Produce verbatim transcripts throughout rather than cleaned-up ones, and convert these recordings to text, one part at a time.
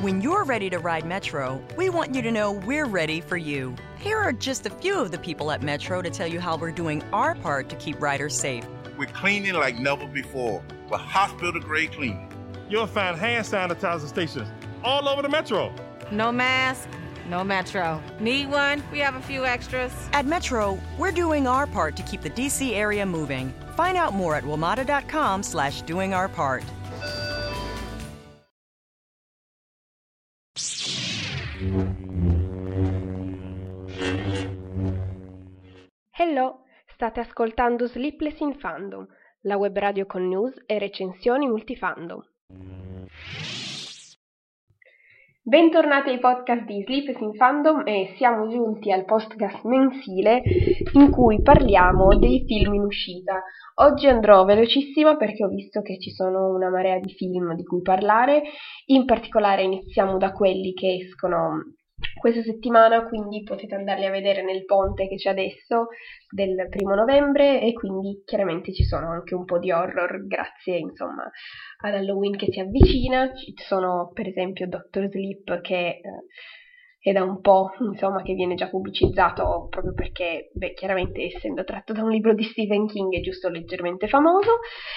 When you're ready to ride Metro, we want you to know we're ready for you. Here are just a few of the people at Metro to tell you how we're doing our part to keep riders safe. We're cleaning like never before with hospital-grade cleaning. You'll find hand sanitizer stations all over the Metro. No mask, no Metro. Need one? We have a few extras. At Metro, we're doing our part to keep the D C area moving. Find out more at WMATA.com slash doing our part. Hello, state ascoltando Sleepless in Fandom, la web radio con news e recensioni multifandom. Bentornati ai podcast di Sleepless in Fandom e siamo giunti al podcast mensile in cui parliamo dei film in uscita. Oggi andrò velocissima perché ho visto che ci sono una marea di film di cui parlare, in particolare iniziamo da quelli che escono questa settimana, quindi potete andarli a vedere nel ponte che c'è adesso del primo novembre e quindi chiaramente ci sono anche un po' di horror grazie insomma ad Halloween che si avvicina. Ci sono per esempio Doctor Sleep che eh, è da un po' insomma che viene già pubblicizzato proprio perché beh chiaramente essendo tratto da un libro di Stephen King è giusto leggermente famoso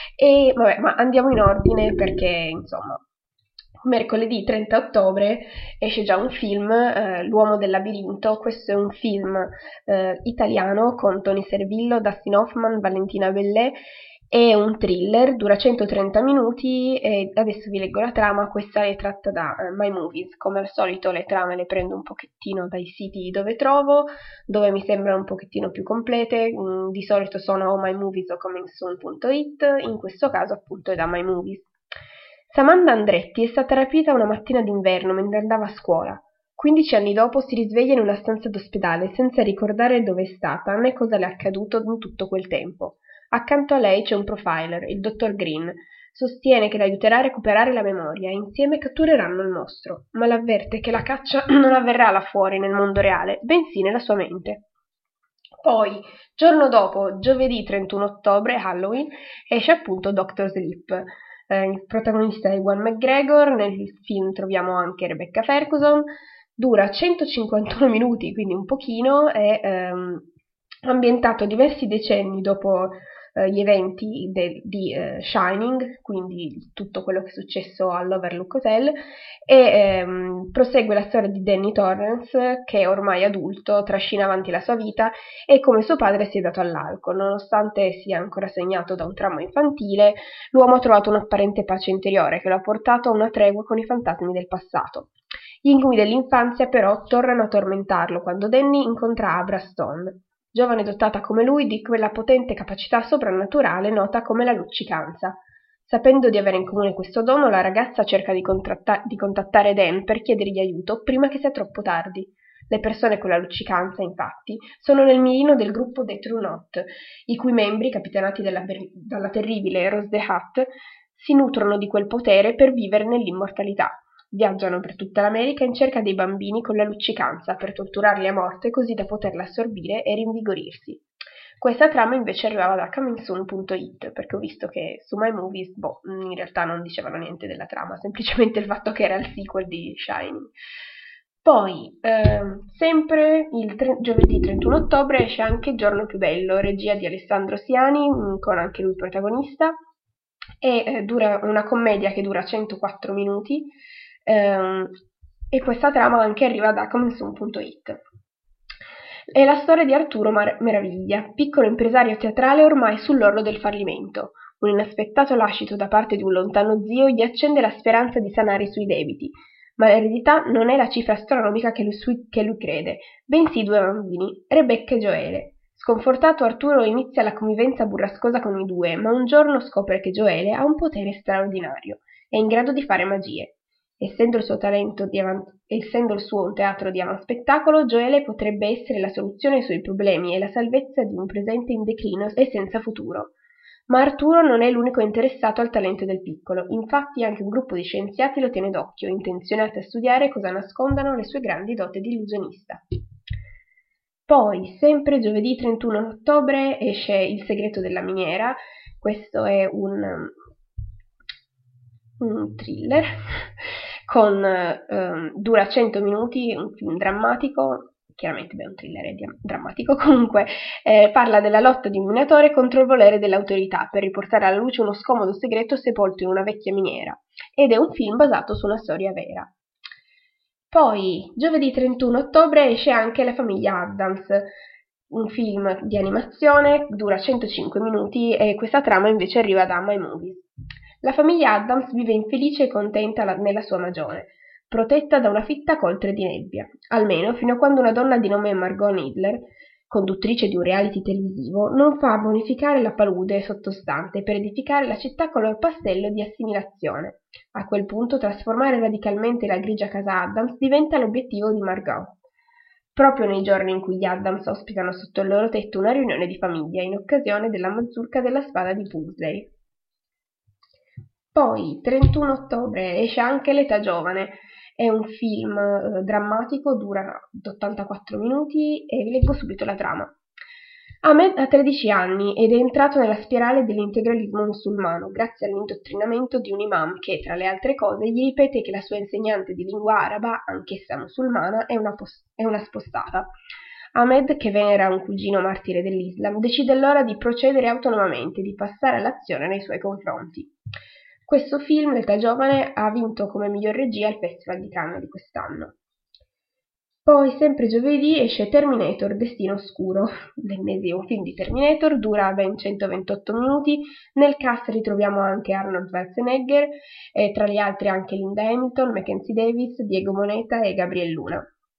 e vabbè ma andiamo in ordine perché insomma mercoledì trenta ottobre esce già un film, eh, L'uomo del labirinto. Questo è un film eh, italiano con Tony Servillo, Dustin Hoffman, Valentina Bellè. È un thriller, dura centotrenta minuti e adesso vi leggo la trama. Questa è tratta da uh, My Movies. Come al solito le trame le prendo un pochettino dai siti dove trovo, dove mi sembrano un pochettino più complete. Mm, di solito sono o mymovies o comingsoon punto it, in questo caso appunto è da My Movies. Samantha Andretti è stata rapita una mattina d'inverno mentre andava a scuola. quindici anni dopo si risveglia in una stanza d'ospedale senza ricordare dove è stata né cosa le è accaduto in tutto quel tempo. Accanto a lei c'è un profiler, il dottor Green. Sostiene che le aiuterà a recuperare la memoria e insieme cattureranno il mostro, ma l'avverte che la caccia non avverrà là fuori nel mondo reale, bensì nella sua mente. Poi, giorno dopo, giovedì trentuno ottobre, Halloween, esce appunto Doctor Sleep. Eh, il protagonista è Ewan McGregor, nel film troviamo anche Rebecca Ferguson, dura centocinquantuno minuti, quindi un pochino, è ehm, ambientato diversi decenni dopo eh, gli eventi de- di eh, Shining, quindi tutto quello che è successo all'Overlook Hotel, e ehm, prosegue la storia di Danny Torrance, che ormai adulto trascina avanti la sua vita e come suo padre si è dato all'alcol. Nonostante sia ancora segnato da un trauma infantile, l'uomo ha trovato un'apparente pace interiore che lo ha portato a una tregua con i fantasmi del passato. Gli incubi dell'infanzia però tornano a tormentarlo quando Danny incontra Abra Stone, giovane dotata come lui di quella potente capacità soprannaturale nota come la luccicanza. Sapendo di avere in comune questo dono, la ragazza cerca di, contratta- di contattare Dan per chiedergli aiuto prima che sia troppo tardi. Le persone con la luccicanza, infatti, sono nel mirino del gruppo dei True Knot, i cui membri, capitanati dalla, ber- dalla terribile Rose the Hat, si nutrono di quel potere per vivere nell'immortalità. Viaggiano per tutta l'America in cerca dei bambini con la luccicanza per torturarli a morte così da poterla assorbire e rinvigorirsi. Questa trama invece arrivava da comingsoon punto it perché ho visto che su My Movies, boh, in realtà non dicevano niente della trama, semplicemente il fatto che era il sequel di Shining. Poi, ehm, sempre il tre- giovedì trentuno ottobre esce anche Giorno più bello, regia di Alessandro Siani, mh, con anche lui protagonista, e eh, dura una commedia che dura centoquattro minuti, ehm, e questa trama anche arriva da comingsoon punto it. È la storia di Arturo Mar- Meraviglia, piccolo impresario teatrale ormai sull'orlo del fallimento. Un inaspettato lascito da parte di un lontano zio gli accende la speranza di sanare i suoi debiti, ma l'eredità non è la cifra astronomica che lui, che lui crede, bensì due bambini, Rebecca e Joele. Sconfortato Arturo inizia la convivenza burrascosa con i due, ma un giorno scopre che Joele ha un potere straordinario, è in grado di fare magie. Essendo il suo talento di avan- essendo il suo un teatro di avanspettacolo, Joele potrebbe essere la soluzione ai suoi problemi e la salvezza di un presente in declino e senza futuro. Ma Arturo non è l'unico interessato al talento del piccolo, infatti anche un gruppo di scienziati lo tiene d'occhio, intenzionati a studiare cosa nascondano le sue grandi doti di illusionista. Poi, sempre giovedì trentuno ottobre, esce Il segreto della miniera. Questo è un, un thriller con, eh, dura cento minuti, un film drammatico, chiaramente beh, un thriller è drammatico, comunque eh, parla della lotta di un minatore contro il volere dell'autorità per riportare alla luce uno scomodo segreto sepolto in una vecchia miniera, ed è un film basato su una storia vera. Poi, giovedì trentuno ottobre esce anche La famiglia Addams, un film di animazione, dura centocinque minuti e questa trama invece arriva da My Movies. La famiglia Addams vive infelice e contenta nella sua magione, protetta da una fitta coltre di nebbia, almeno fino a quando una donna di nome Margot Needler, conduttrice di un reality televisivo, non fa bonificare la palude sottostante per edificare la città color pastello di assimilazione. A quel punto trasformare radicalmente la grigia casa Addams diventa l'obiettivo di Margot. Proprio nei giorni in cui gli Addams ospitano sotto il loro tetto una riunione di famiglia in occasione della mazurka della spada di Pugsley. Poi, trentuno ottobre, esce anche L'età giovane, è un film eh, drammatico, dura ottantaquattro minuti e vi leggo subito la trama. Ahmed ha tredici anni ed è entrato nella spirale dell'integralismo musulmano grazie all'indottrinamento di un imam che, tra le altre cose, gli ripete che la sua insegnante di lingua araba, anch'essa musulmana, è una, pos- è una spostata. Ahmed, che venera un cugino martire dell'Islam, decide allora di procedere autonomamente, di passare all'azione nei suoi confronti. Questo film, L'età giovane, ha vinto come miglior regia al Festival di Cannes di quest'anno. Poi, sempre giovedì, esce Terminator Destino Oscuro, l'ennesimo film di Terminator, dura ben centoventotto minuti, nel cast ritroviamo anche Arnold Schwarzenegger, e tra gli altri anche Linda Hamilton, Mackenzie Davis, Diego Moneta e Gabriel Luna.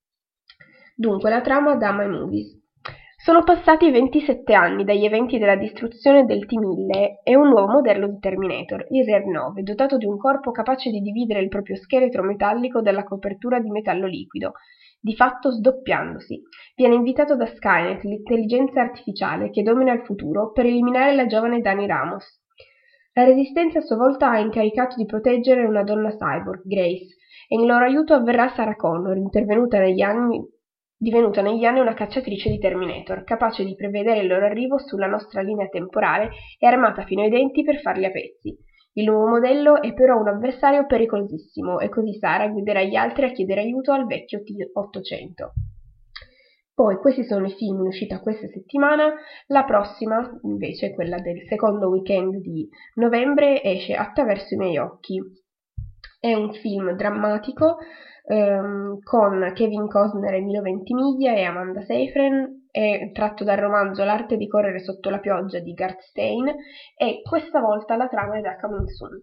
Dunque, la trama da My Movies. Sono passati ventisette anni dagli eventi della distruzione del T mille e un nuovo modello di Terminator, il Rev nove, dotato di un corpo capace di dividere il proprio scheletro metallico dalla copertura di metallo liquido, di fatto sdoppiandosi. Viene invitato da Skynet, l'intelligenza artificiale che domina il futuro, per eliminare la giovane Dani Ramos. La Resistenza a sua volta ha incaricato di proteggere una donna cyborg, Grace, e in loro aiuto avverrà Sarah Connor, intervenuta negli anni, divenuta negli anni una cacciatrice di Terminator, capace di prevedere il loro arrivo sulla nostra linea temporale e armata fino ai denti per farli a pezzi. Il nuovo modello è però un avversario pericolosissimo e così Sarah guiderà gli altri a chiedere aiuto al vecchio T ottocento. Poi questi sono i film in uscita questa settimana, la prossima invece, quella del secondo weekend di novembre, esce Attraverso i miei occhi. È un film drammatico ehm, con Kevin Costner e Milo Ventimiglia e Amanda Seyfried, è tratto dal romanzo L'arte di correre sotto la pioggia di Garth Stein e questa volta la trama è da Coming Soon.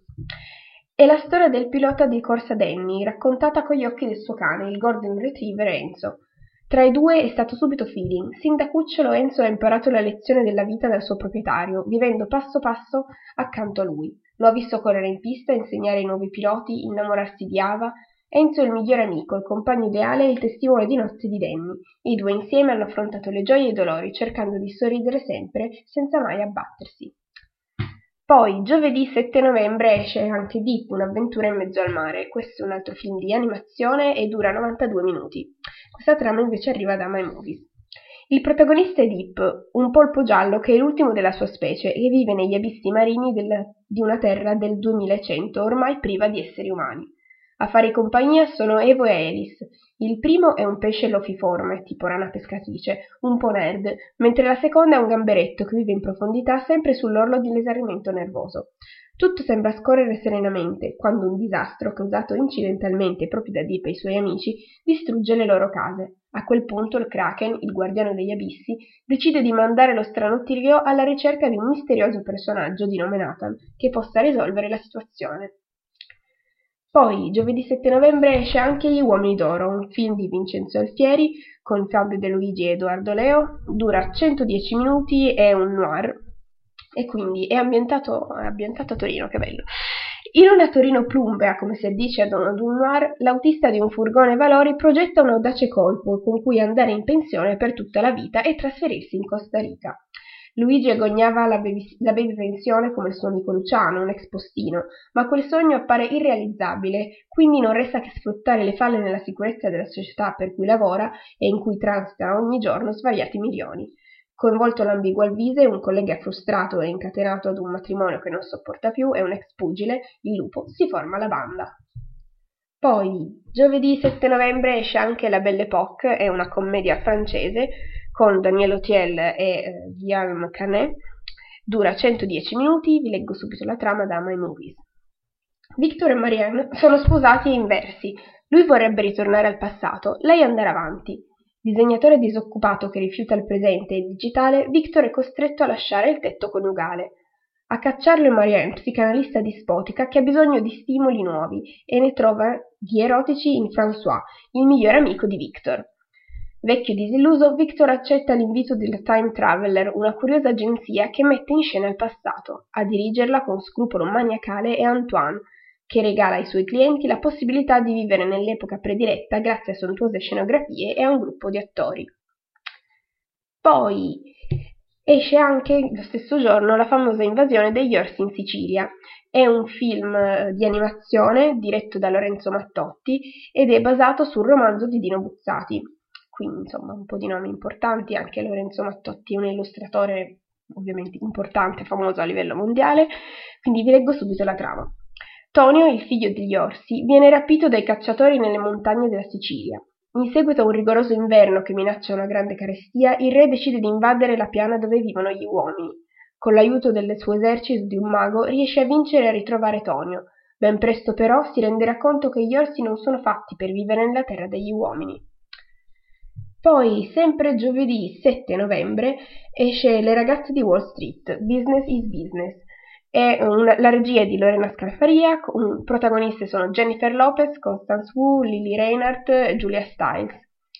È la storia del pilota di corsa Danny, raccontata con gli occhi del suo cane, il Golden Retriever Enzo. Tra i due è stato subito feeling. Sin da cucciolo Enzo ha imparato la lezione della vita dal suo proprietario, vivendo passo passo accanto a lui. Lo ha visto correre in pista, insegnare ai nuovi piloti, innamorarsi di Ava. Enzo è il migliore amico, il compagno ideale e il testimone di nozze di Danny. I due insieme hanno affrontato le gioie e i dolori, cercando di sorridere sempre, senza mai abbattersi. Poi, giovedì sette novembre, esce anche Deep, un'avventura in mezzo al mare. Questo è un altro film di animazione e dura novantadue minuti. Questa trama invece arriva da My Movies. Il protagonista è Deep, un polpo giallo che è l'ultimo della sua specie e vive negli abissi marini del, di una terra del duemilacento, ormai priva di esseri umani. A fare compagnia sono Evo e Alice. Il primo è un pesce lofiforme, tipo rana pescatrice, un po' nerd, mentre la seconda è un gamberetto che vive in profondità sempre sull'orlo di un esaurimento nervoso. Tutto sembra scorrere serenamente, quando un disastro, causato incidentalmente proprio da Deep e i suoi amici, distrugge le loro case. A quel punto il Kraken, il guardiano degli abissi, decide di mandare lo strano trio alla ricerca di un misterioso personaggio di nome Nathan, che possa risolvere la situazione. Poi, giovedì sette novembre, esce anche Gli uomini d'oro, un film di Vincenzo Alfieri con Fabio De Luigi e Edoardo Leo, dura centodieci minuti, è un noir e quindi è ambientato, è ambientato a Torino, che bello. In una Torino plumbea, come si addice ad un, ad un noir, l'autista di un furgone valori progetta un audace colpo con cui andare in pensione per tutta la vita e trasferirsi in Costa Rica. Luigi agognava la baby, la baby pensione come il suo amico Luciano, un ex postino, ma quel sogno appare irrealizzabile, quindi non resta che sfruttare le falle nella sicurezza della società per cui lavora e in cui transita ogni giorno svariati milioni. Coinvolto l'ambiguo Alvise, un collega frustrato e incatenato ad un matrimonio che non sopporta più, e un ex pugile, il lupo, si forma la banda. Poi, giovedì sette novembre esce anche La Belle Époque, è una commedia francese con Daniel Autiel e eh, Guillaume Canet. Dura centodieci minuti, vi leggo subito la trama da My Movies. Victor e Marianne sono sposati e inversi. Lui vorrebbe ritornare al passato, lei andare avanti. Disegnatore disoccupato che rifiuta il presente e il digitale, Victor è costretto a lasciare il tetto coniugale. A cacciarlo è Marianne, psicanalista dispotica che ha bisogno di stimoli nuovi e ne trova gli erotici in François, il migliore amico di Victor. Vecchio disilluso, Victor accetta l'invito del Time Traveler, una curiosa agenzia che mette in scena il passato. A dirigerla con scrupolo maniacale è Antoine, che regala ai suoi clienti la possibilità di vivere nell'epoca prediletta grazie a sontuose scenografie e a un gruppo di attori. Poi esce anche lo stesso giorno la famosa invasione degli orsi in Sicilia. È un film di animazione diretto da Lorenzo Mattotti ed è basato sul romanzo di Dino Buzzati. Quindi insomma un po' di nomi importanti, anche Lorenzo Mattotti è un illustratore ovviamente importante, famoso a livello mondiale, quindi vi leggo subito la trama. Tonio, il figlio degli orsi, viene rapito dai cacciatori nelle montagne della Sicilia. In seguito a un rigoroso inverno che minaccia una grande carestia, il re decide di invadere la piana dove vivono gli uomini. Con l'aiuto del suo esercito di un mago riesce a vincere e a ritrovare Tonio. Ben presto però si renderà conto che gli orsi non sono fatti per vivere nella terra degli uomini. Poi, sempre giovedì sette novembre, esce Le ragazze di Wall Street, Business is Business. È una, la regia è di Lorena Scalfaria, un, protagoniste sono Jennifer Lopez, Constance Wu, Lily Reinhardt e Julia Stiles.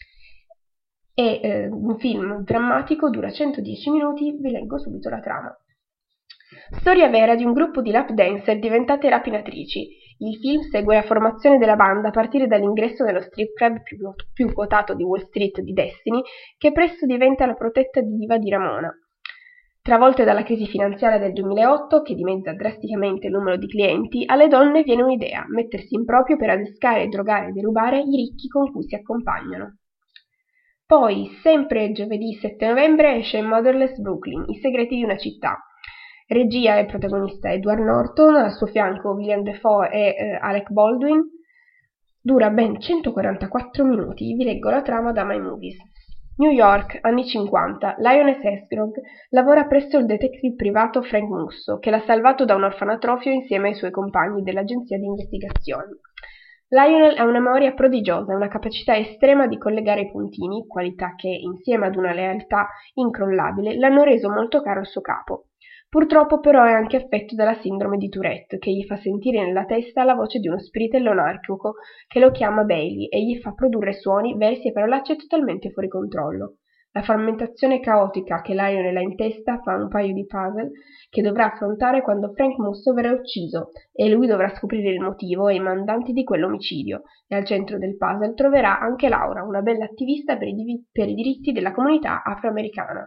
È eh, un film drammatico, dura centodieci minuti, vi leggo subito la trama. Storia vera di un gruppo di lap dancer diventate rapinatrici. Il film segue la formazione della banda a partire dall'ingresso nello strip club più, più quotato di Wall Street di Destiny, che presto diventa la protetta diva di Ramona. Travolte dalla crisi finanziaria del duemilaotto, che dimezza drasticamente il numero di clienti, alle donne viene un'idea: mettersi in proprio per adescare, drogare e derubare i ricchi con cui si accompagnano. Poi, sempre giovedì sette novembre, esce Motherless Brooklyn, I segreti di una città. Regia e protagonista Edward Norton, al suo fianco William Dafoe e eh, Alec Baldwin. Dura ben centoquarantaquattro minuti, vi leggo la trama da My Movies. New York, anni cinquanta. Lioness Esgrog lavora presso il detective privato Frank Musso, che l'ha salvato da un orfanatrofio insieme ai suoi compagni dell'agenzia di investigazioni. Lionel ha una memoria prodigiosa e una capacità estrema di collegare i puntini, qualità che, insieme ad una lealtà incrollabile, l'hanno reso molto caro al suo capo. Purtroppo però è anche affetto dalla sindrome di Tourette, che gli fa sentire nella testa la voce di uno spiritello anarchico che lo chiama Bailey e gli fa produrre suoni, versi e parolacce totalmente fuori controllo. La frammentazione caotica che Lionel ha in testa fa un paio di puzzle che dovrà affrontare quando Frank Musso verrà ucciso e lui dovrà scoprire il motivo e i mandanti di quell'omicidio, e al centro del puzzle troverà anche Laura, una bella attivista per i, div- per i diritti della comunità afroamericana.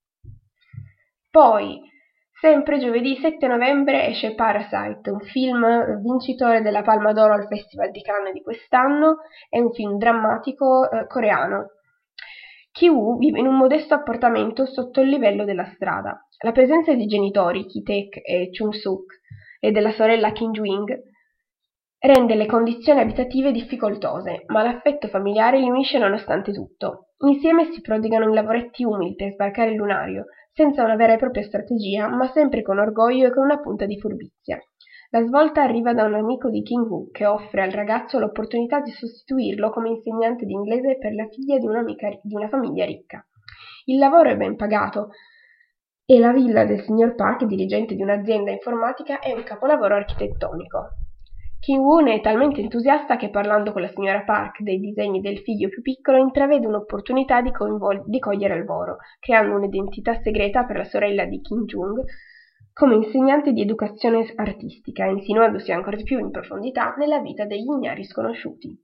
Poi, sempre giovedì sette novembre esce Parasite, un film vincitore della Palma d'Oro al Festival di Cannes di quest'anno. È un film drammatico eh, coreano. Ki-woo vive in un modesto appartamento sotto il livello della strada. La presenza dei genitori Ki-taek e Chung-suk e della sorella Kim-jwing rende le condizioni abitative difficoltose, ma l'affetto familiare li unisce nonostante tutto. Insieme si prodigano in lavoretti umili per sbarcare il lunario, senza una vera e propria strategia, ma sempre con orgoglio e con una punta di furbizia. La svolta arriva da un amico di King-woo che offre al ragazzo l'opportunità di sostituirlo come insegnante di inglese per la figlia di, un'amica, di una famiglia ricca. Il lavoro è ben pagato e la villa del signor Park, dirigente di un'azienda informatica, è un capolavoro architettonico. King-woo ne è talmente entusiasta che, parlando con la signora Park dei disegni del figlio più piccolo, intravede un'opportunità di, coinvol- di cogliere il lavoro, creando un'identità segreta per la sorella di Kim-jung come insegnante di educazione artistica, insinuandosi ancora di più in profondità nella vita degli ignari sconosciuti.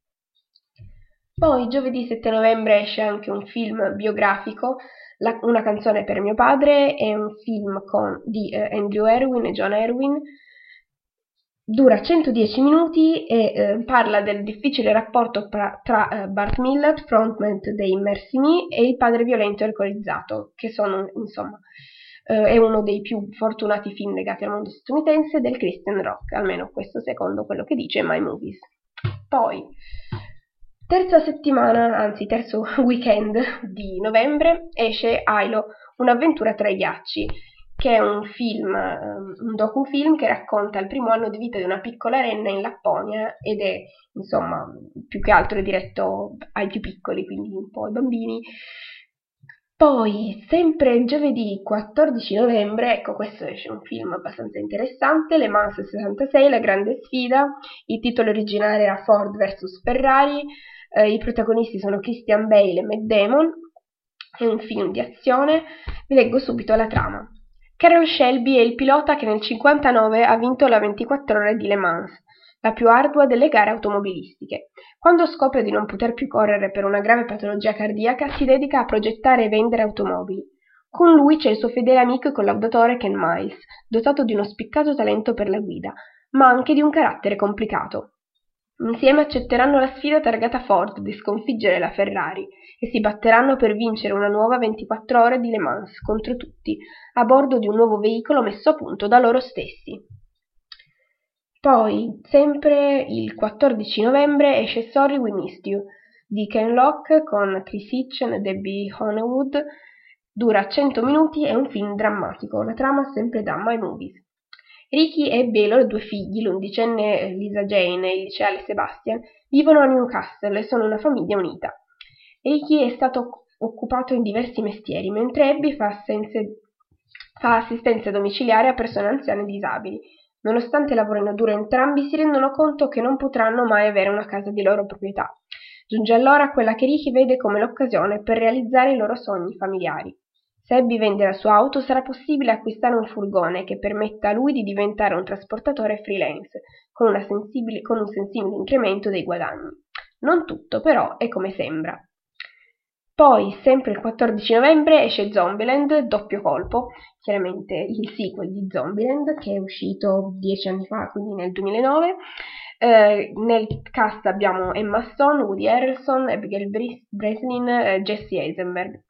Poi, giovedì sette novembre, esce anche un film biografico, la, Una canzone per mio padre, è un film con, di eh, Andrew Erwin e John Erwin. Dura centodieci minuti e eh, parla del difficile rapporto pra, tra eh, Bart Millard, frontman dei Mercy Me, e il padre violento e alcolizzato, che sono, insomma, eh, è uno dei più fortunati film legati al mondo statunitense del Christian rock, almeno questo secondo quello che dice My Movies. Poi, terza settimana, anzi terzo weekend di novembre, esce Hilo, un'avventura tra i ghiacci, che è un film, un docufilm che racconta il primo anno di vita di una piccola renna in Lapponia ed è, insomma, più che altro è diretto ai più piccoli, quindi un po' ai bambini. Poi, sempre giovedì quattordici novembre, ecco, questo esce un film abbastanza interessante, Le Mans sessantasei, La grande sfida. Il titolo originale era Ford versus Ferrari, eh, i protagonisti sono Christian Bale e Matt Damon, è un film di azione. Vi leggo subito la trama. Carroll Shelby è il pilota che nel cinquantanove ha vinto la ventiquattro ore di Le Mans, la più ardua delle gare automobilistiche. Quando scopre di non poter più correre per una grave patologia cardiaca, si dedica a progettare e vendere automobili. Con lui c'è il suo fedele amico e collaudatore Ken Miles, dotato di uno spiccato talento per la guida, ma anche di un carattere complicato. Insieme accetteranno la sfida targata Ford di sconfiggere la Ferrari e si batteranno per vincere una nuova ventiquattro ore di Le Mans contro tutti, a bordo di un nuovo veicolo messo a punto da loro stessi. Poi, sempre il quattordici novembre, esce Sorry We Missed You di Ken Loach con Chris Hitchen e Debbie Honeywood. Dura cento minuti, è un film drammatico, la trama sempre da My Movies. Ricky ebbe i loro due figli, l'undicenne Lisa Jane e il liceale Sebastian, vivono a Newcastle e sono una famiglia unita. Ricky è stato occupato in diversi mestieri, mentre Abby fa, assenze, fa assistenza domiciliare a persone anziane e disabili. Nonostante lavorino duro entrambi, si rendono conto che non potranno mai avere una casa di loro proprietà. Giunge allora quella che Ricky vede come l'occasione per realizzare i loro sogni familiari. Se Abby vende la sua auto, sarà possibile acquistare un furgone che permetta a lui di diventare un trasportatore freelance, con, una sensibile, con un sensibile incremento dei guadagni. Non tutto, però, è come sembra. Poi, sempre il quattordici novembre, esce Zombieland, doppio colpo, chiaramente il sequel di Zombieland, che è uscito dieci anni fa, quindi nel duemilanove. Eh, nel cast abbiamo Emma Stone, Woody Harrelson, Abigail Breslin, eh, Jesse Eisenberg.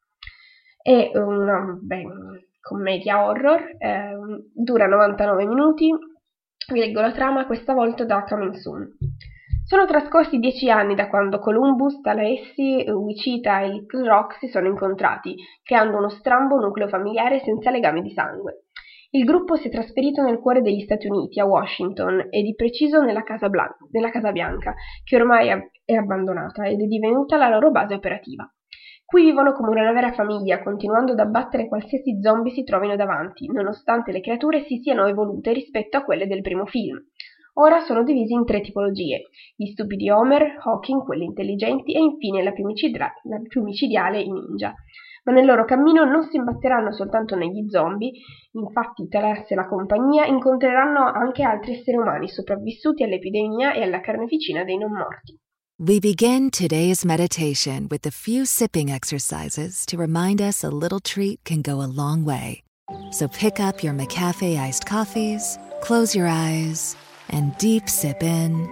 È una beh, commedia horror, eh, dura novantanove minuti. Vi leggo la trama, questa volta da Coming Soon. Sono trascorsi dieci anni da quando Columbus, Tallahassee, Wichita e Little Rock si sono incontrati, creando uno strambo nucleo familiare senza legami di sangue. Il gruppo si è trasferito nel cuore degli Stati Uniti, a Washington, e di preciso nella Casa, Blan- nella Casa Bianca, che ormai è abbandonata ed è divenuta la loro base operativa. Qui vivono come una vera famiglia, continuando ad abbattere qualsiasi zombie si trovino davanti, nonostante le creature si siano evolute rispetto a quelle del primo film. Ora sono divisi in tre tipologie: gli stupidi Homer, Hawking, quelli intelligenti, e infine la più, micida- la più micidiale, i ninja. Ma nel loro cammino non si imbatteranno soltanto negli zombie, infatti Tallahassee e la compagnia incontreranno anche altri esseri umani sopravvissuti all'epidemia e alla carneficina dei non morti. We begin today's meditation with a few sipping exercises to remind us a little treat can go a long way. So pick up your McCafe iced coffees, close your eyes, and deep sip in.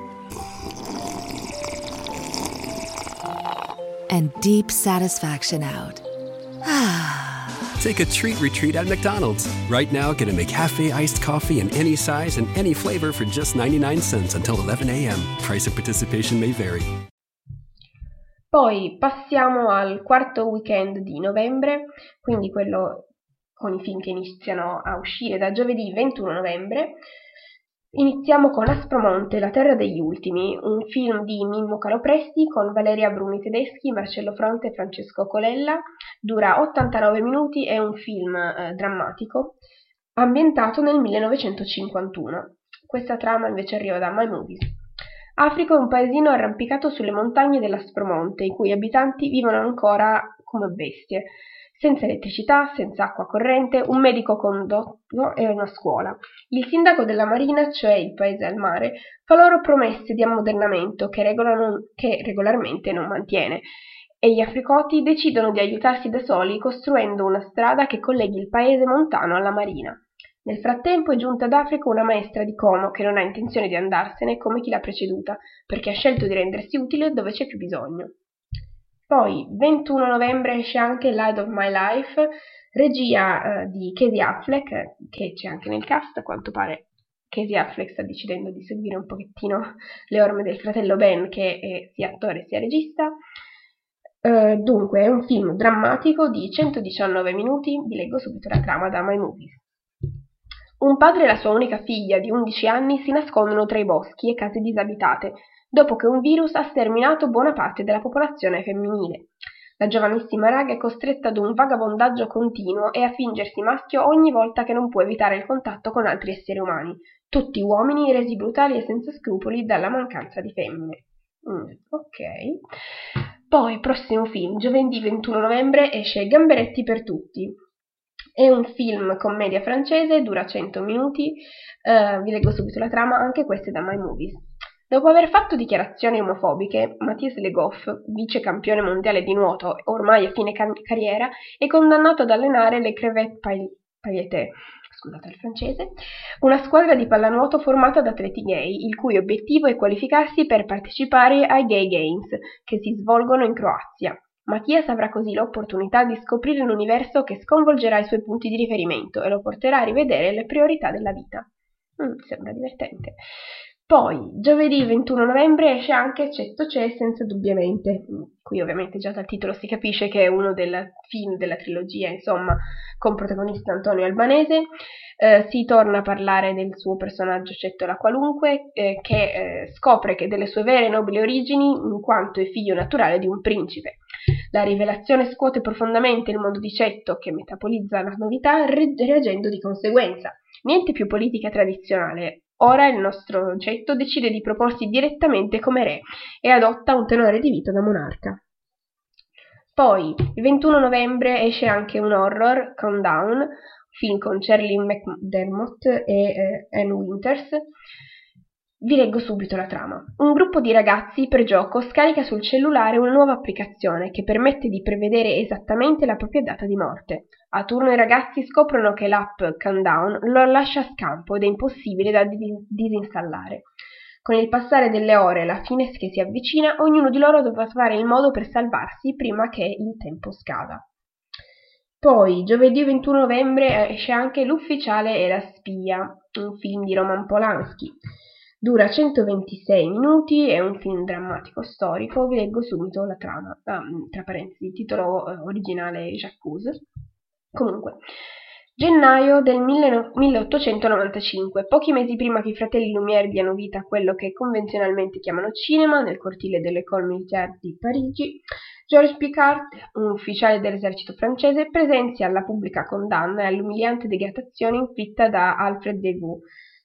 And deep satisfaction out. Take a treat retreat at McDonald's. Right now, get a McCafe iced coffee in any size and any flavor for just ninety-nine cents until eleven a.m. Price and participation may vary. Poi passiamo al quarto weekend di novembre, quindi quello con i film che iniziano a uscire da giovedì ventuno novembre. Iniziamo con Aspromonte, la terra degli ultimi, un film di Mimmo Calopresti con Valeria Bruni Tedeschi, Marcello Fronte e Francesco Colella. Dura ottantanove minuti, è un film eh, drammatico ambientato nel millenovecentocinquantuno. Questa trama invece arriva da My Movies. Africo è un paesino arrampicato sulle montagne dell'Aspromonte, i cui abitanti vivono ancora come bestie, senza elettricità, senza acqua corrente, un medico condotto e una scuola. Il sindaco della marina, cioè il paese al mare, fa loro promesse di ammodernamento che, regolano, che regolarmente non mantiene, e gli africoti decidono di aiutarsi da soli costruendo una strada che colleghi il paese montano alla marina. Nel frattempo è giunta ad Africa una maestra di Como che non ha intenzione di andarsene come chi l'ha preceduta, perché ha scelto di rendersi utile dove c'è più bisogno. Poi, ventuno novembre, esce anche Light of My Life, regia eh, di Casey Affleck, che c'è anche nel cast, a quanto pare Casey Affleck sta decidendo di seguire un pochettino le orme del fratello Ben, che è sia attore sia regista. Uh, dunque, è un film drammatico di centodiciannove minuti. Vi leggo subito la trama da My Movies. Un padre e la sua unica figlia di undici anni si nascondono tra i boschi e case disabitate, dopo che un virus ha sterminato buona parte della popolazione femminile. La giovanissima raga è costretta ad un vagabondaggio continuo e a fingersi maschio ogni volta che non può evitare il contatto con altri esseri umani, tutti uomini resi brutali e senza scrupoli dalla mancanza di femmine. Mm, ok. Poi, prossimo film, giovedì ventuno novembre esce Gamberetti per tutti. È un film commedia francese, dura cento minuti, uh, vi leggo subito la trama, anche queste da My Movies. Dopo aver fatto dichiarazioni omofobiche, Matthias Le Goff, vice campione mondiale di nuoto, ormai a fine can- carriera, è condannato ad allenare le Crevette Paillettes, scusate il francese, una squadra di pallanuoto formata da atleti gay, il cui obiettivo è qualificarsi per partecipare ai Gay Games, che si svolgono in Croazia. Mattias avrà così l'opportunità di scoprire un universo che sconvolgerà i suoi punti di riferimento e lo porterà a rivedere le priorità della vita. Mm, sembra divertente. Poi, giovedì ventuno novembre esce anche Eccetto c'è senza dubbiamente. Qui ovviamente già dal titolo si capisce che è uno dei film della trilogia, insomma, con protagonista Antonio Albanese. Eh, si torna a parlare del suo personaggio Cetto la Qualunque, eh, che eh, scopre che delle sue vere e nobili origini in quanto è figlio naturale di un principe. La rivelazione scuote profondamente il mondo di Cetto, che metabolizza la novità re- reagendo di conseguenza. Niente più politica tradizionale. Ora il nostro Cetto decide di proporsi direttamente come re e adotta un tenore di vita da monarca. Poi, il ventuno novembre esce anche un horror, Countdown, film con Charlie McDermott e eh, Anne Winters. Vi leggo subito la trama. Un gruppo di ragazzi per gioco scarica sul cellulare una nuova applicazione che permette di prevedere esattamente la propria data di morte. A turno i ragazzi scoprono che l'app Countdown lo lascia a scampo ed è impossibile da disinstallare. Con il passare delle ore e la fine che si avvicina, ognuno di loro dovrà trovare il modo per salvarsi prima che il tempo scada. Poi, giovedì ventuno novembre esce anche L'Ufficiale e la Spia, un film di Roman Polanski. Dura centoventisei minuti, è un film drammatico storico, vi leggo subito la trama, ah, tra parentesi, il titolo eh, originale J'accuse. Comunque, gennaio del milleottocentonovantacinque, pochi mesi prima che i fratelli Lumière diano vita a quello che convenzionalmente chiamano cinema, nel cortile dell'École Militaire di Parigi, Georges Picard, un ufficiale dell'esercito francese, presenzia alla pubblica condanna e all'umiliante degradazione inflitta da Alfred Defoe,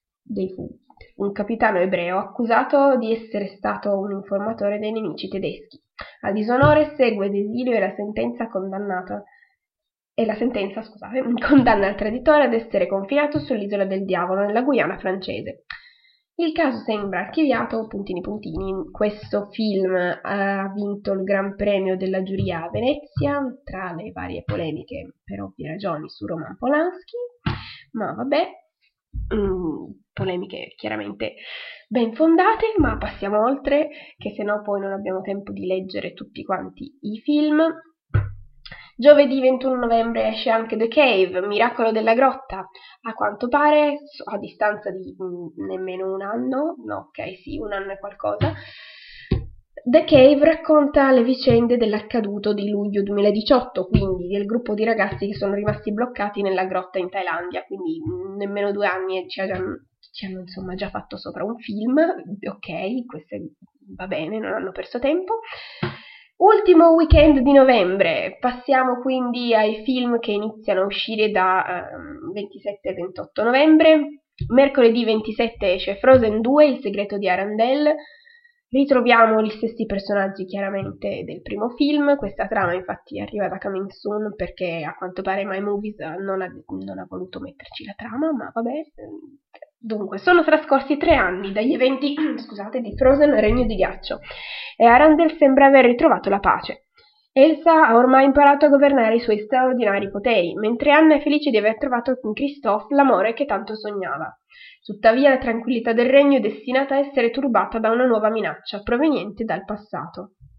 un capitano ebreo accusato di essere stato un informatore dei nemici tedeschi. Al disonore segue l'esilio e la sentenza condannata e la sentenza, scusate, condanna il traditore ad essere confinato sull'isola del Diavolo nella Guyana francese. Il caso sembra archiviato, puntini puntini. Questo film ha vinto il Gran Premio della giuria a Venezia, tra le varie polemiche per ovvie ragioni su Roman Polanski, ma vabbè, mm, polemiche chiaramente ben fondate, ma passiamo oltre, che se no poi non abbiamo tempo di leggere tutti quanti i film. Giovedì ventuno novembre esce anche The Cave, Miracolo della grotta. A quanto pare, a distanza di mh, nemmeno un anno, no, ok, sì, un anno e qualcosa, The Cave racconta le vicende dell'accaduto di luglio duemiladiciotto, quindi del gruppo di ragazzi che sono rimasti bloccati nella grotta in Thailandia, quindi mh, nemmeno due anni e ci, ha già, ci hanno insomma già fatto sopra un film, ok, questo va bene, non hanno perso tempo. Ultimo weekend di novembre, passiamo quindi ai film che iniziano a uscire da eh, ventisette e ventotto novembre. Mercoledì ventisette esce Frozen due, Il segreto di Arendelle. Ritroviamo gli stessi personaggi chiaramente del primo film, questa trama infatti arriva da Coming Soon perché a quanto pare My Movies non ha, non ha voluto metterci la trama, ma vabbè. Dunque, sono trascorsi tre anni dagli eventi scusate, di Frozen Regno di Ghiaccio e Arendelle sembra aver ritrovato la pace. Elsa ha ormai imparato a governare i suoi straordinari poteri, mentre Anna è felice di aver trovato con Christophe l'amore che tanto sognava. Tuttavia la tranquillità del regno è destinata a essere turbata da una nuova minaccia proveniente dal passato.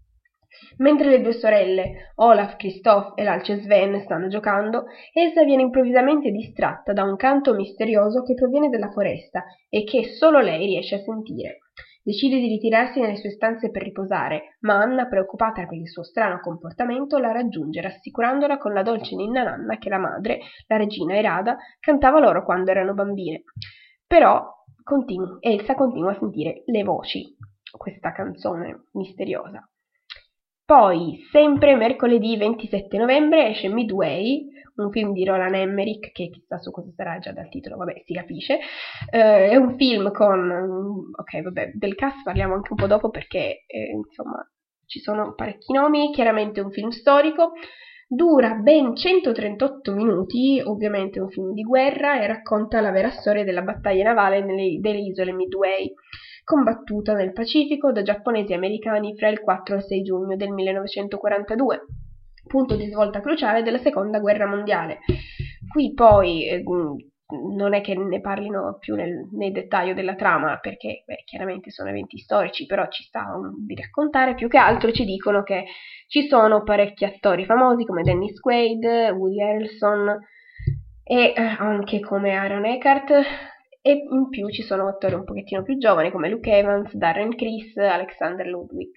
Mentre le due sorelle, Olaf, Kristoff e l'alce Sven, stanno giocando, Elsa viene improvvisamente distratta da un canto misterioso che proviene dalla foresta e che solo lei riesce a sentire. Decide di ritirarsi nelle sue stanze per riposare, ma Anna, preoccupata per il suo strano comportamento, la raggiunge rassicurandola con la dolce ninna nanna che la madre, la regina Erada, cantava loro quando erano bambine. Però continu- Elsa continua a sentire le voci, questa canzone misteriosa. Poi, sempre mercoledì ventisette novembre, esce Midway, un film di Roland Emmerich, che chissà su cosa sarà, già dal titolo, vabbè, si capisce. Eh, è un film con... ok, vabbè, del cast parliamo anche un po' dopo perché, eh, insomma, ci sono parecchi nomi, chiaramente un film storico, dura ben centotrentotto minuti, ovviamente un film di guerra, e racconta la vera storia della battaglia navale nelle, delle isole Midway, combattuta nel Pacifico da giapponesi e americani fra il quattro e il sei giugno del millenovecentoquarantadue, punto di svolta cruciale della seconda guerra mondiale. Qui poi eh, non è che ne parlino più nel, nel dettaglio della trama, perché beh, chiaramente sono eventi storici, però ci sta un, di raccontare. Più che altro ci dicono che ci sono parecchi attori famosi come Dennis Quaid, Woody Harrelson e eh, anche come Aaron Eckhart, e in più ci sono attori un pochettino più giovani come Luke Evans, Darren Criss, Alexander Ludwig.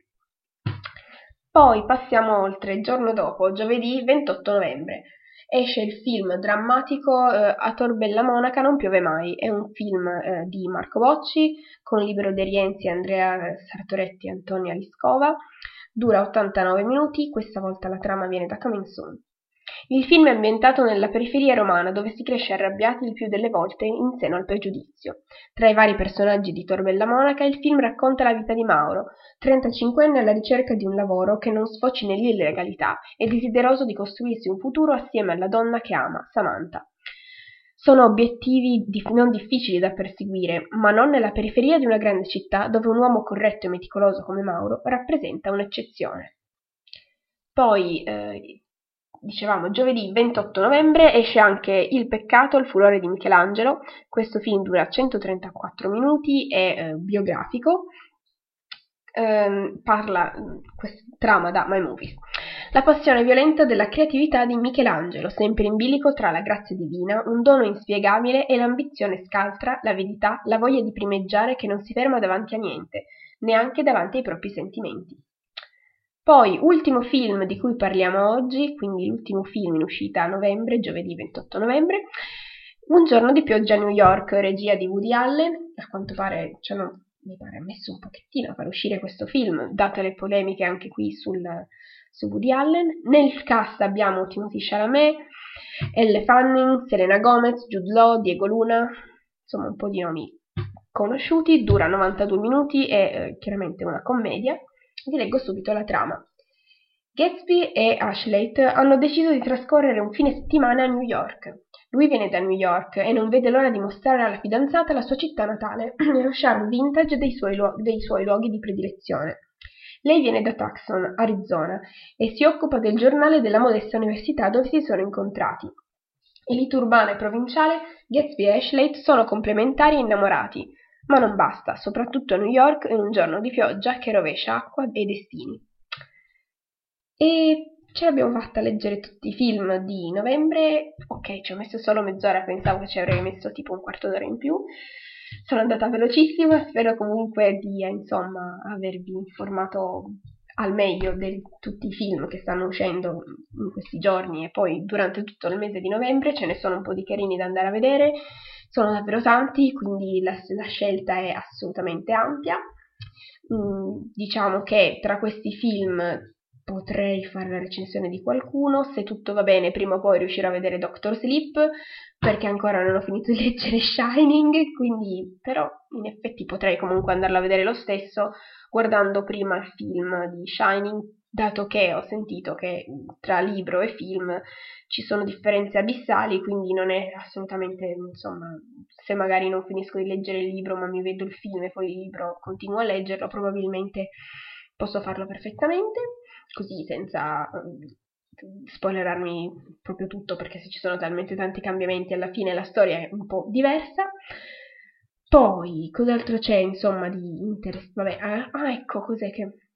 Poi passiamo oltre. Il giorno dopo, giovedì ventotto novembre, esce il film drammatico eh, A Tor Bella Monaca non piove mai. È un film eh, di Marco Bocci con Libero De Rienzi, Andrea Sartoretti e Antonia Liscova. Dura ottantanove minuti, questa volta la trama viene da Coming Soon. Il film è ambientato nella periferia romana, dove si cresce arrabbiati il più delle volte in seno al pregiudizio. Tra i vari personaggi di Tor Bella Monaca, il film racconta la vita di Mauro, trentacinquenne alla ricerca di un lavoro che non sfoci nell'illegalità e desideroso di costruirsi un futuro assieme alla donna che ama, Samantha. Sono obiettivi dif- non difficili da perseguire, ma non nella periferia di una grande città dove un uomo corretto e meticoloso come Mauro rappresenta un'eccezione. Poi... Eh, Dicevamo, giovedì ventotto novembre esce anche Il peccato, il furore di Michelangelo. Questo film dura centotrentaquattro minuti, è eh, biografico, ehm, parla, questa trama da My Movies. La passione violenta della creatività di Michelangelo, sempre in bilico tra la grazia divina, un dono inspiegabile e l'ambizione scaltra, l'avidità, la voglia di primeggiare che non si ferma davanti a niente, neanche davanti ai propri sentimenti. Poi, ultimo film di cui parliamo oggi, quindi l'ultimo film in uscita a novembre, giovedì ventotto novembre, Un giorno di pioggia a New York, regia di Woody Allen. A quanto pare ci hanno, mi pare, messo un pochettino a far uscire questo film, date le polemiche anche qui sul, su Woody Allen. Nel cast abbiamo Timothée Chalamet, Elle Fanning, Selena Gomez, Jude Law, Diego Luna, insomma un po' di nomi conosciuti. Dura novantadue minuti, è eh, chiaramente una commedia. Vi leggo subito la trama. Gatsby e Ashley hanno deciso di trascorrere un fine settimana a New York. Lui viene da New York e non vede l'ora di mostrare alla fidanzata la sua città natale e lo charme vintage dei suoi, lu- dei suoi luoghi di predilezione. Lei viene da Tucson, Arizona, e si occupa del giornale della modesta università dove si sono incontrati. Elite urbana e provinciale, Gatsby e Ashley sono complementari e innamorati. Ma non basta, soprattutto a New York in un giorno di pioggia che rovescia acqua e destini. E ce l'abbiamo fatta leggere tutti i film di novembre. Ok, ci ho messo solo mezz'ora, pensavo che ci avrei messo tipo un quarto d'ora in più. Sono andata velocissima, spero comunque di insomma avervi informato al meglio di tutti i film che stanno uscendo in questi giorni e poi durante tutto il mese di novembre. Ce ne sono un po' di carini da andare a vedere. Sono davvero tanti, quindi la, la scelta è assolutamente ampia. Mm, diciamo che tra questi film potrei fare la recensione di qualcuno. Se tutto va bene, prima o poi riuscirò a vedere Doctor Sleep, perché ancora non ho finito di leggere Shining, quindi però in effetti potrei comunque andarlo a vedere lo stesso, guardando prima il film di Shining, dato che ho sentito che tra libro e film ci sono differenze abissali, quindi non è assolutamente, insomma, se magari non finisco di leggere il libro ma mi vedo il film e poi il libro continuo a leggerlo, probabilmente posso farlo perfettamente, così senza um, spoilerarmi proprio tutto, perché se ci sono talmente tanti cambiamenti alla fine la storia è un po' diversa. Poi, cos'altro c'è, insomma, di interesse? Vabbè, ah, ah, ecco, cos'è che...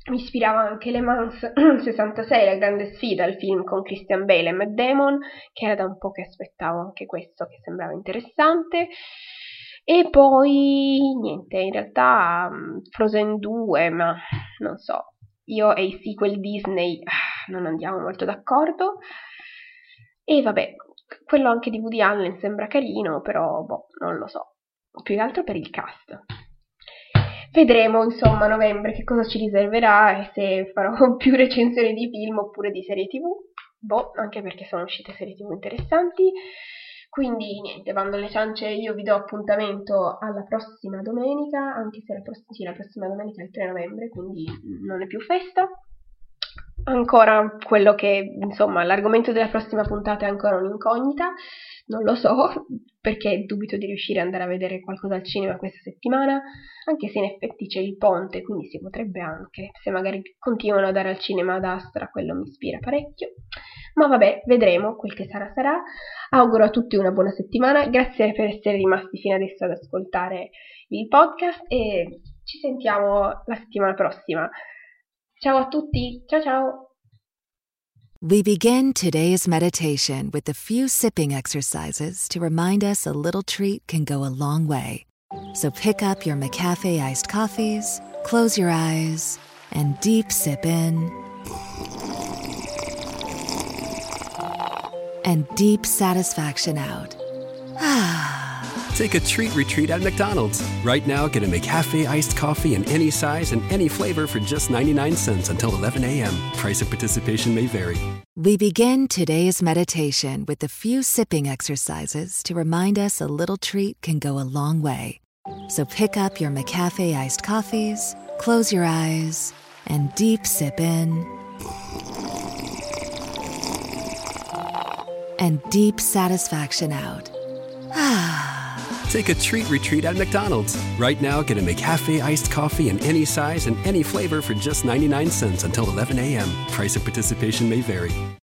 mi ispirava anche Le Mans sessantasei, La grande sfida, il film con Christian Bale e Matt Damon, che era da un po' che aspettavo anche questo, che sembrava interessante. E poi niente, in realtà Frozen due, ma non so, io e i sequel Disney non andiamo molto d'accordo. E vabbè, quello anche di Woody Allen sembra carino, però boh, non lo so, più che altro per il cast. Vedremo, insomma, a novembre che cosa ci riserverà e se farò più recensioni di film oppure di serie tv. Boh, anche perché sono uscite serie tv interessanti. Quindi, niente, bando alle ciance, io vi do appuntamento alla prossima domenica, anche se la, pross- sì, la prossima domenica è il tre novembre, quindi non è più festa. Ancora quello che, insomma, l'argomento della prossima puntata è ancora un'incognita, non lo so, perché dubito di riuscire ad andare a vedere qualcosa al cinema questa settimana, anche se in effetti c'è il ponte, quindi si potrebbe anche, se magari continuano a dare al cinema ad Astra, quello mi ispira parecchio. Ma vabbè, vedremo, quel che sarà sarà. Auguro a tutti una buona settimana, grazie per essere rimasti fino adesso ad ascoltare il podcast e ci sentiamo la settimana prossima. Ciao a tutti, ciao ciao! We begin today's meditation with a few sipping exercises to remind us a little treat can go a long way. So pick up your McCafe iced coffees, close your eyes, and deep sip in. And deep satisfaction out. Take a treat retreat at McDonald's. Right now, get a McCafe iced coffee in any size and any flavor for just ninety-nine cents until eleven a.m. Price of participation may vary. We begin today's meditation with a few sipping exercises to remind us a little treat can go a long way. So pick up your McCafe iced coffees, close your eyes, and deep sip in. And deep satisfaction out. Take a treat retreat at McDonald's. Right now, get a McCafe iced coffee in any size and any flavor for just ninety-nine cents until eleven a.m. Price of participation may vary.